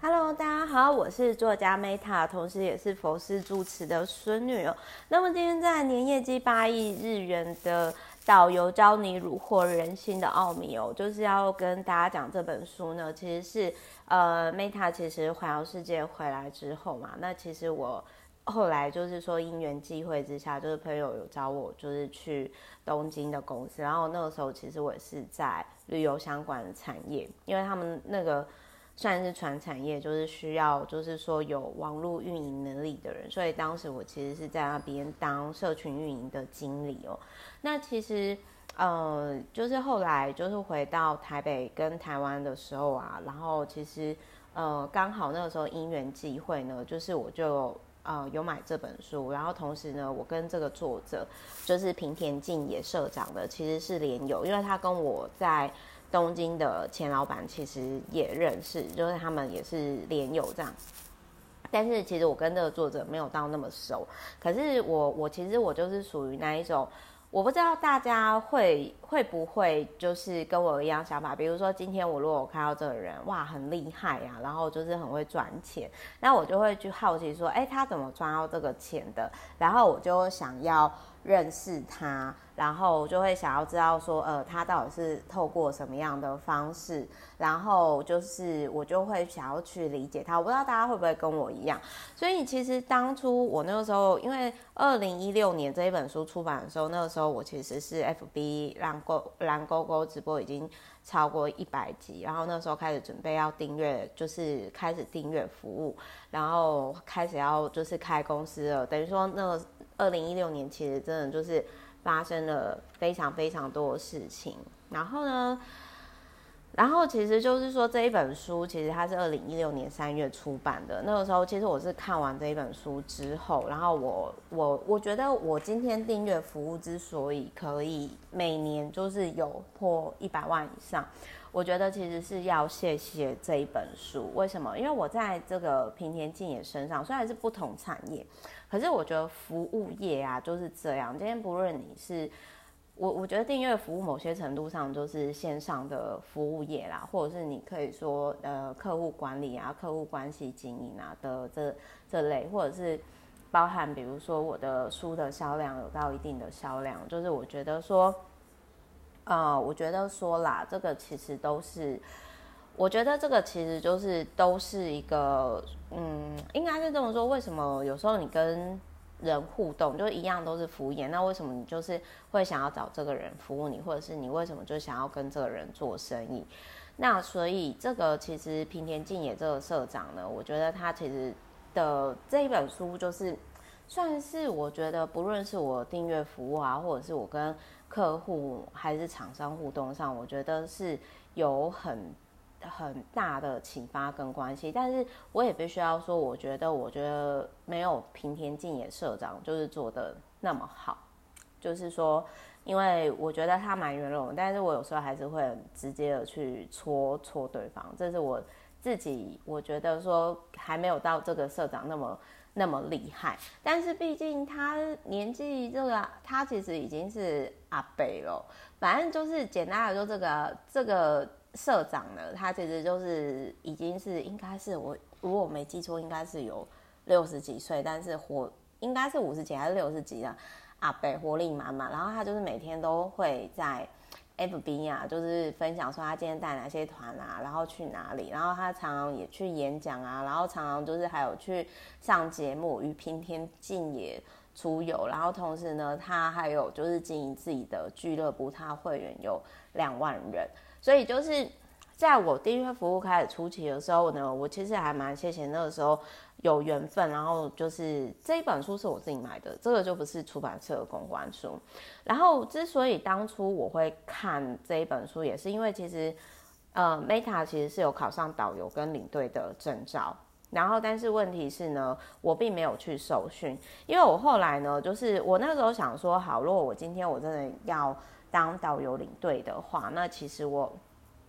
Hello，大家好，我是作家 Meta， 同时也是佛寺住持的孙女哦。那么今天在年业绩8亿日元的导游教你虏获人心的奥秘哦，就是要跟大家讲这本书呢，其实是Meta 其实环游世界回来之后嘛，那其实我后来就是说因缘际会之下，就是朋友有找我就是去东京的公司，然后那个时候其实我也是在旅游相关的产业，因为他们那个算是传产业，就是需要就是说有网络运营能力的人，所以当时我其实是在那边当社群运营的经理哦。那其实就是后来就是回到台北跟台湾的时候啊，然后其实刚好那个时候因缘际会呢，就是我就有买这本书，然后同时呢，我跟这个作者就是平田敬也社长的其实是连友，因为他跟我在东京的前老板其实也认识，就是他们也是连友这样。但是其实我跟这个作者没有到那么熟，可是我其实我就是属于那一种，我不知道大家会不会就是跟我一样想法，比如说今天我如果看到这个人哇很厉害啊，然后就是很会赚钱，那我就会去好奇说，他怎么赚到这个钱的？然后我就想要认识他，然后就会想要知道说，他到底是透过什么样的方式，然后就是我就会想要去理解他。我不知道大家会不会跟我一样，所以其实当初我那个时候，因为2016年这一本书出版的时候，那个时候我其实是 FB 蓝勾勾直播已经超过100集，然后那时候开始准备要订阅，就是开始订阅服务，然后开始要就是开公司了，等于说那个2016年其实真的就是发生了非常非常多的事情，然后其实就是说这一本书其实它是2016年3月出版的，那个时候其实我是看完这一本书之后，然后我觉得我今天订阅服务之所以可以每年就是有破100万以上，我觉得其实是要谢谢这一本书。为什么？因为我在这个平田敬也身上，虽然是不同产业，可是我觉得服务业啊就是这样，今天不论你是我觉得订阅服务某些程度上就是线上的服务业啦，或者是你可以说客户管理啊、客户关系经营啊的这类，或者是包含比如说我的书的销量有到一定的销量，就是我觉得说啦，这个其实都是，我觉得这个其实就是都是一个应该是这么说。为什么有时候你跟人互动就一样都是敷衍，那为什么你就是会想要找这个人服务你，或者是你为什么就想要跟这个人做生意？那所以这个其实平田敬也这个社长呢，我觉得他其实的这一本书就是算是我觉得不论是我订阅服务啊，或者是我跟客户还是厂商互动上，我觉得是有很大的启发跟关系。但是我也必须要说，我觉得没有平田敬也社长就是做的那么好，就是说因为我觉得他蛮圆融，但是我有时候还是会很直接的去戳对方，这是我自己我觉得说还没有到这个社长那么厉害。但是毕竟他年纪他其实已经是阿伯了，反正就是简单来说，这个社长呢，他其实就是已经是应该是如果我没记错，应该是有60几岁，但是应该是50几还是60几的阿伯，活力满满。然后他就是每天都会在 FB 啊，就是分享说他今天带哪些团啊，然后去哪里，然后他常常也去演讲啊，然后常常就是还有去上节目，与平田敬也出游，然后同时呢，他还有就是经营自己的俱乐部，他会员有2万人，所以就是在我订阅服务开始初期的时候呢，我其实还蛮谢谢那个时候有缘分，然后就是这一本书是我自己买的，这个就不是出版社的公关书。然后之所以当初我会看这一本书，也是因为其实Meta 其实是有考上导游跟领队的证照。然后，但是问题是呢，我并没有去受训，因为我后来呢，就是我那时候想说，好，如果我今天我真的要当导游领队的话，那其实我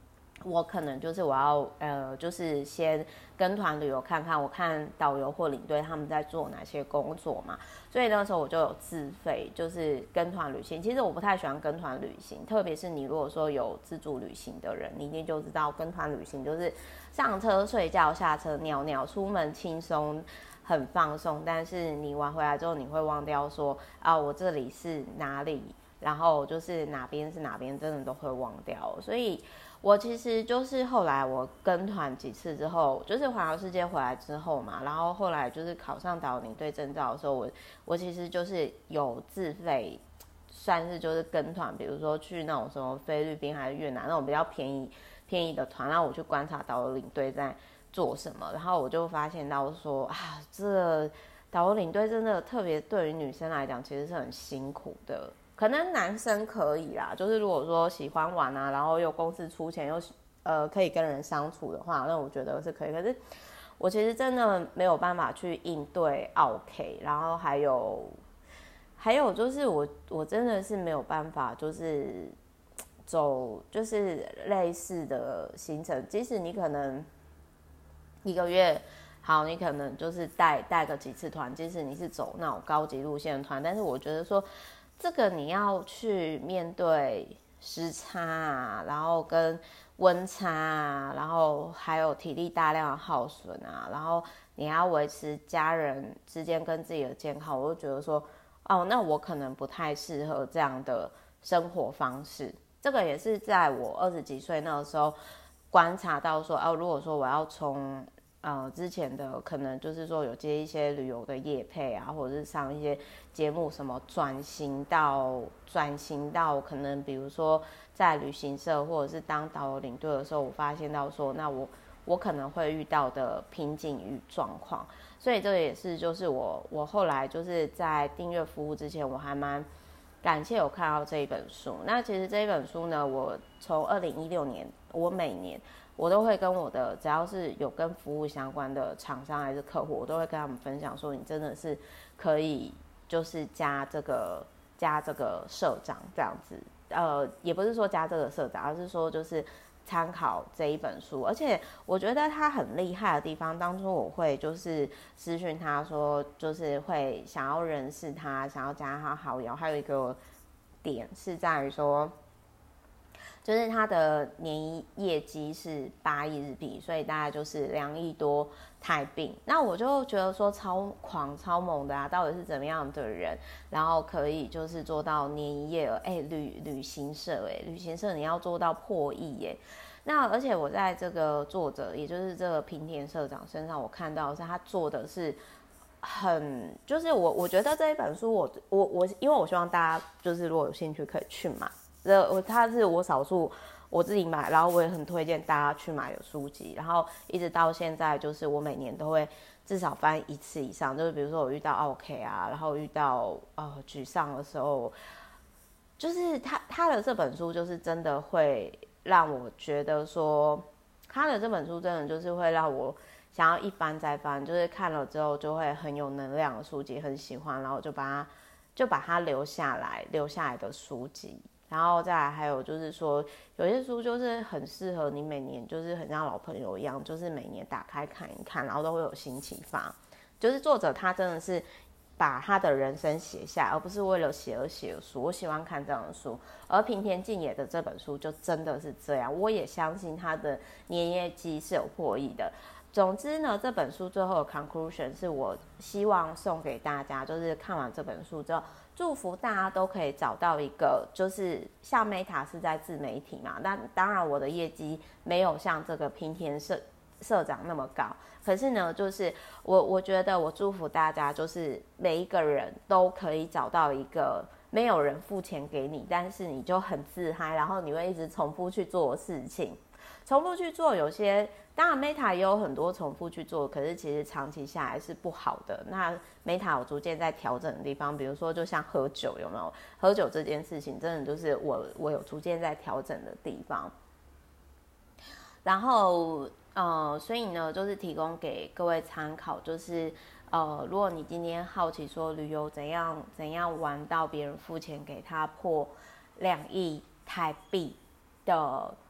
我可能就是我要就是先跟团旅游看看，我看导游或领队他们在做哪些工作嘛，所以那个时候我就有自费，就是跟团旅行。其实我不太喜欢跟团旅行，特别是你如果说有自助旅行的人，你一定就知道跟团旅行就是上车睡觉，下车尿尿，出门轻松很放松，但是你玩回来之后你会忘掉说啊我这里是哪里，然后就是哪边是哪边，真的都会忘掉。所以我其实就是后来我跟团几次之后，就是环游世界回来之后嘛，然后后来就是考上导游领队证照的时候，我其实就是有自费，算是就是跟团，比如说去那种什么菲律宾还是越南那种比较便宜的团，然后我去观察导游领队在做什么，然后我就发现到说啊，这导游领队真的特别对于女生来讲其实是很辛苦的。可能男生可以啦，就是如果说喜欢玩啊，然后又公司出钱又可以跟人相处的话，那我觉得是可以。可是我其实真的没有办法去应对OK，然后还有就是我真的是没有办法，就是走就是类似的行程，即使你可能一个月好，你可能就是带个几次团，即使你是走那种高级路线的团，但是我觉得说这个你要去面对时差啊，然后跟温差啊，然后还有体力大量的耗损啊，然后你要维持家人之间跟自己的健康，我就觉得说哦，那我可能不太适合这样的生活方式。这个也是在我20几岁那个时候观察到说，如果说我要从之前的可能就是说有接一些旅游的业配啊，或者是上一些节目什么转型到可能比如说在旅行社或者是当导游领队的时候，我发现到说，那我可能会遇到的瓶颈与状况，所以这个也是就是我后来就是在订阅服务之前，我还蛮感谢有看到这一本书。那其实这一本书呢，我从2016年，我每年我都会跟我的只要是有跟服务相关的厂商还是客户，我都会跟他们分享说，你真的是可以就是加这个社长这样子，也不是说加这个社长，而是说就是参考这一本书。而且我觉得他很厉害的地方，当初我会就是私讯他说，就是会想要认识他，想要加他好友，还有一个点是在于说，就是他的年业绩是8亿日币，所以大概就是2亿多台币。那我就觉得说超狂超猛的啊，到底是怎么样的人，然后可以就是做到年营业额？旅行社旅行社你要做到破亿耶。那而且我在这个作者，也就是这个平田社长身上，我看到的是他做的是很，就是我觉得这一本书我因为我希望大家就是如果有兴趣可以去买。它是我少数我自己买，然后我也很推荐大家去买的书籍，然后一直到现在，就是我每年都会至少翻1次以上。就是比如说我遇到 OK 啊，然后遇到沮丧的时候，就是他的这本书就是真的会让我觉得说，他的这本书真的就是会让我想要一翻再翻，就是看了之后就会很有能量的书籍，很喜欢，然后就把它留下来的书籍。然后再来还有就是说，有些书就是很适合你每年，就是很像老朋友一样，就是每年打开看一看，然后都会有新启发。就是作者他真的是把他的人生写下，而不是为了写而写的书。我喜欢看这样的书，而平田敬也的这本书就真的是这样，我也相信他的年业绩是有破亿的。总之呢，这本书最后的 conclusion 是我希望送给大家，就是看完这本书之后，祝福大家都可以找到一个，就是像 Meta 是在自媒体嘛，那当然我的业绩没有像这个平田社长那么高，可是呢，就是我觉得我祝福大家，就是每一个人都可以找到一个没有人付钱给你，但是你就很自嗨，然后你会一直重复去做的事情。重复去做，有些当然 Meta 也有很多重复去做，可是其实长期下来是不好的。那 Meta 有逐渐在调整的地方，比如说就像喝酒，有没有？喝酒这件事情真的就是我有逐渐在调整的地方。然后所以呢，就是提供给各位参考，就是如果你今天好奇说旅游怎样玩到别人付钱给他破2亿台币的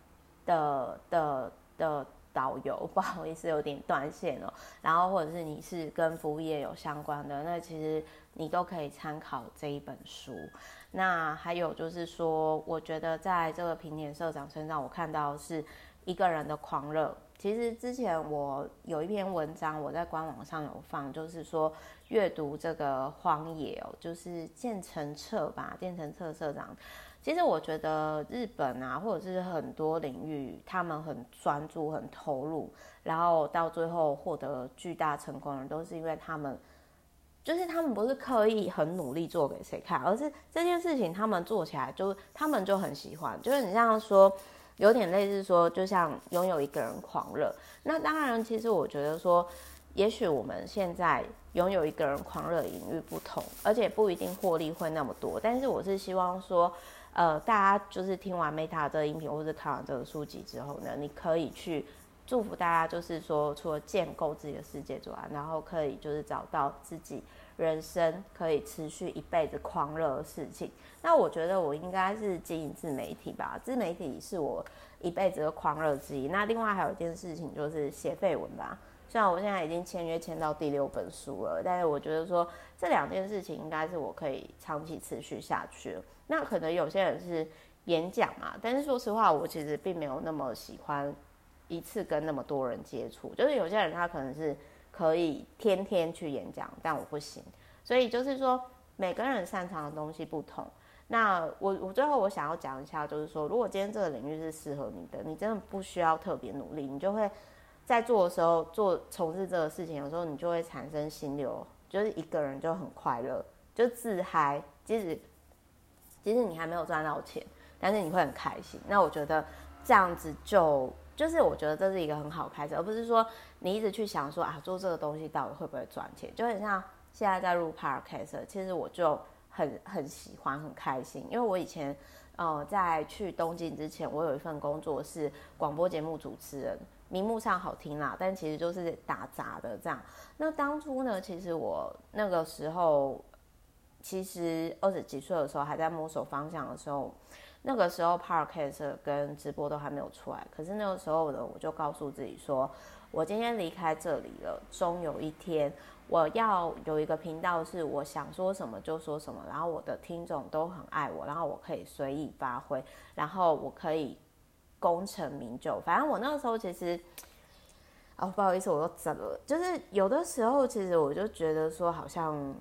的导游，不好意思有点断线了，然后或者是你是跟服务业有相关的，那其实你都可以参考这一本书。那还有就是说，我觉得在这个平田社长身上，我看到是一个人的狂热。其实之前我有一篇文章，我在官网上有放，就是说阅读这个荒野就是建成彻吧，建成彻社长。其实我觉得日本啊，或者是很多领域，他们很专注、很投入，然后到最后获得巨大成功的人，都是因为他们不是刻意很努力做给谁看，而是这件事情他们做起来他们就很喜欢，就是你像说有点类似说，就像拥有一个人狂热。那当然，其实我觉得说，也许我们现在拥有一个人狂热的领域不同，而且不一定获利会那么多。但是我是希望说，大家就是听完 Meta 这个音频，或是看完这个书籍之后呢，你可以去祝福大家，就是说，除了建构自己的世界之外，然后可以就是找到自己人生可以持续一辈子狂热的事情。那我觉得我应该是经营自媒体吧，自媒体是我一辈子的狂热之一。那另外还有一件事情就是写废文吧，虽然我现在已经签约签到第6本书了，但是我觉得说这2件事情应该是我可以长期持续下去了。那可能有些人是演讲嘛，但是说实话，我其实并没有那么喜欢一次跟那么多人接触，就是有些人他可能是可以天天去演讲，但我不行。所以就是说每个人擅长的东西不同。那我最后我想要讲一下，就是说如果今天这个领域是适合你的，你真的不需要特别努力，你就会在做的时候从事这个事情，有时候你就会产生心流，就是一个人就很快乐，就自嗨。即使你还没有赚到钱，但是你会很开心。那我觉得这样子就是我觉得这是一个很好开始，而不是说你一直去想说做这个东西到底会不会赚钱。就很像现在在录 podcast， 其实我就很喜欢很开心，因为我以前在去东京之前，我有一份工作是广播节目主持人，名目上好听啦，但其实就是打杂的这样。那当初呢，其实我那个时候其实20几岁的时候还在摸索方向的时候，那个时候 podcast 跟直播都还没有出来，可是那个时候呢，我就告诉自己说，我今天离开这里了，终有一天我要有一个频道，是我想说什么就说什么，然后我的听众都很爱我，然后我可以随意发挥，然后我可以功成名就。反正我那个时候其实不好意思，我又整了，就是有的时候其实我就觉得说好像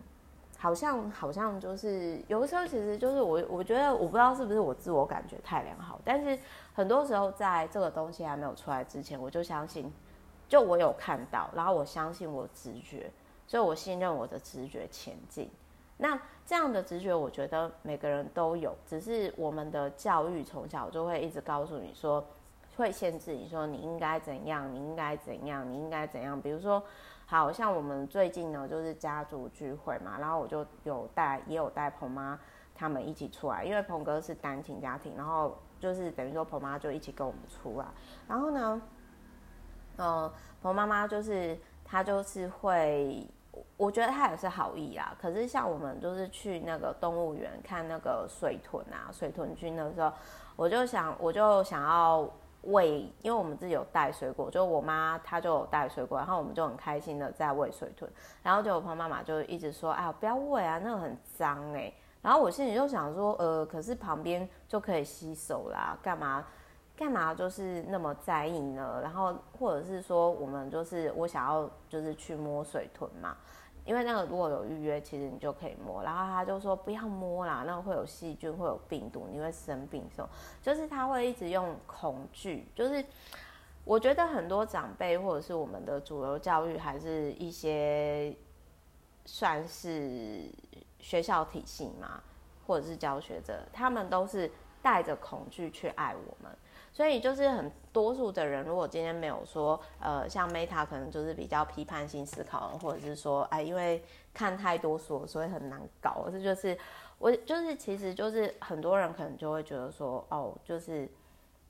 就是有的时候其实就是我觉得我不知道是不是我自我感觉太良好，但是很多时候在这个东西还没有出来之前，我就相信，就我有看到，然后我相信我直觉，所以我信任我的直觉前进。那这样的直觉我觉得每个人都有，只是我们的教育从小就会一直告诉你说，会限制你说你应该怎样，你应该怎样，你应该怎样。比如说好像我们最近呢就是家族聚会嘛，然后我就也有带彭妈他们一起出来，因为彭哥是单亲家庭，然后就是等于说彭妈就一起跟我们出来。然后呢彭妈妈就是她就是会，我觉得她也是好意啦，可是像我们就是去那个动物园看那个水豚啊，水豚君的时候，我就想要喂，因为我们自己有带水果，就我妈她就有带水果，然后我们就很开心的在喂水豚，然后就我朋友妈妈就一直说，不要喂啊，那个很脏然后我心里就想说，可是旁边就可以洗手啦，干嘛就是那么在意呢？然后或者是说我们就是我想要就是去摸水豚嘛，因为那个如果有预约，其实你就可以摸。然后他就说不要摸啦，那个会有细菌，会有病毒，你会生病。就是他会一直用恐惧。就是我觉得很多长辈或者是我们的主流教育，还是一些算是学校体系嘛，或者是教学者，他们都是带着恐惧去爱我们。所以就是很多数的人，如果今天没有说，像 Meta 可能就是比较批判性思考，或者是说，因为看太多书，所以很难搞。这就是其实就是很多人可能就会觉得说，就是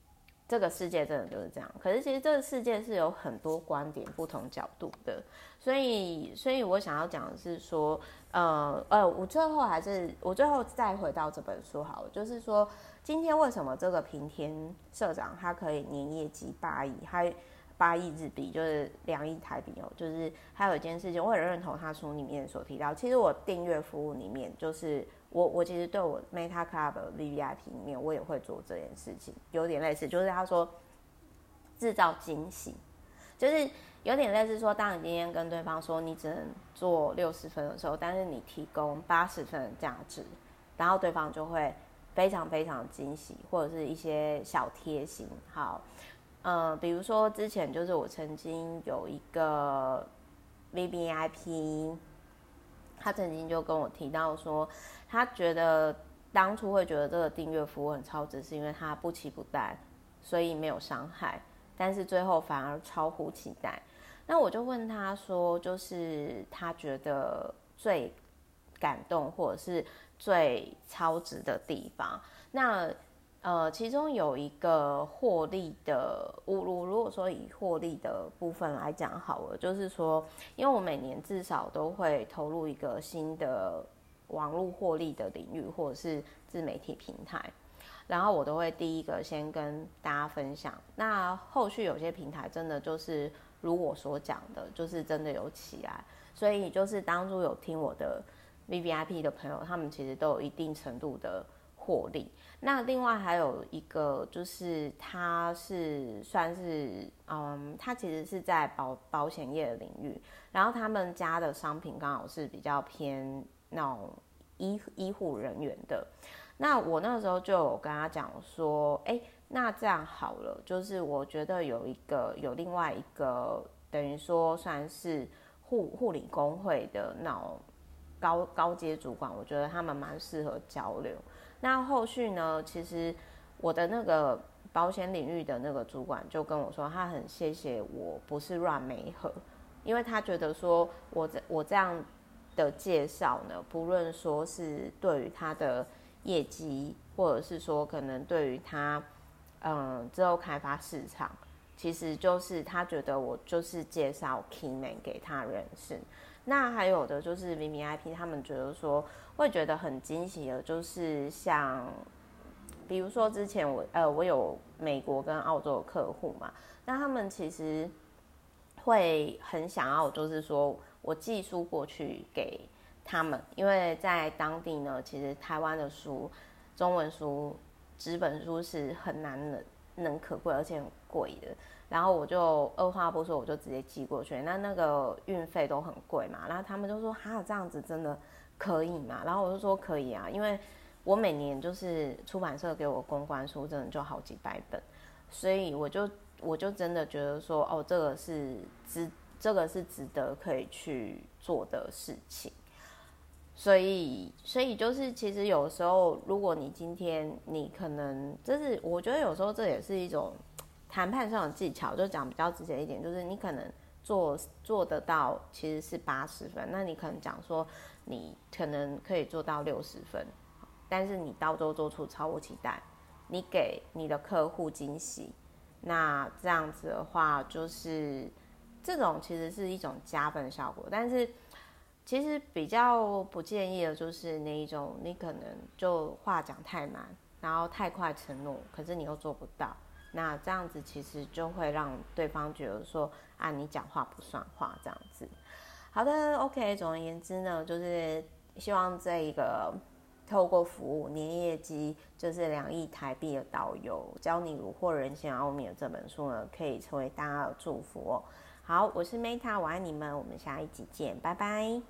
这个世界真的就是这样。可是其实这个世界是有很多观点、不同角度的，所以我想要讲的是说，我最后再回到这本书好了，就是说今天为什么这个平田社长他可以年业绩8亿，还8亿日币，就是2亿台币哦。就是还有一件事情，我很认同他书里面所提到，其实我订阅服务里面就是。我其实对我 Meta Club VVIP 里面，我也会做这件事情，有点类似，就是他说制造惊喜，就是有点类似说，当你今天跟对方说你只能做60分的时候，但是你提供80分的价值，然后对方就会非常非常惊喜，或者是一些小贴心。好，比如说之前就是我曾经有一个 VVIP。他曾经就跟我提到说，他觉得当初会觉得这个订阅服务很超值，是因为他不期不待，所以没有伤害，但是最后反而超乎期待。那我就问他说，就是他觉得最感动或者是最超值的地方。那其中有一个获利的，如果说以获利的部分来讲好了，就是说，因为我每年至少都会投入一个新的网络获利的领域或者是自媒体平台，然后我都会第一个先跟大家分享。那后续有些平台真的就是如我所讲的，就是真的有起来，所以就是当初有听我的 VVIP 的朋友，他们其实都有一定程度的获利。那另外还有一个就是他是算是他其实是在保险业的领域，然后他们家的商品刚好是比较偏那种医护人员的。那我那个时候就有跟他讲说，那这样好了，就是我觉得有另外一个等于说算是护理工会的那种高阶主管，我觉得他们蛮适合交流。那后续呢，其实我的那个保险领域的那个主管就跟我说，他很谢谢我不是乱媒合，因为他觉得说我这样的介绍呢，不论说是对于他的业绩，或者是说可能对于他之后开发市场，其实就是他觉得我就是介绍 Keyman 给他认识。那还有的就是 VVIP 他们觉得说会觉得很惊喜的，就是像比如说之前我有美国跟澳洲的客户嘛，那他们其实会很想要，就是说我寄书过去给他们，因为在当地呢，其实台湾的书，中文书、纸本书是很难能可贵，而且很贵的。然后我就二话不说，我就直接寄过去。那个运费都很贵嘛，然后他们就说哈，这样子真的可以吗？然后我就说可以啊，因为我每年就是出版社给我公关书，真的就好几百本，所以我就真的觉得说，哦，这个是值得可以去做的事情。所以就是其实有时候，如果你今天你可能就是我觉得有时候这也是一种谈判上的技巧，就讲比较直接一点，就是你可能做得到其实是80分，那你可能讲说你可能可以做到60分，但是你到时候做出超乎期待，你给你的客户惊喜，那这样子的话就是这种其实是一种加分效果。但是其实比较不建议的就是那一种你可能就话讲太满，然后太快承诺，可是你又做不到，那这样子其实就会让对方觉得说啊，你讲话不算话这样子。好的 OK， 总而言之呢，就是希望这一个透过服务年业绩就是2亿台币的导游，教你虏获人心奥秘的这本书呢，可以成为大家的祝福哦。好，我是 Meta， 我爱你们，我们下一集见，拜拜。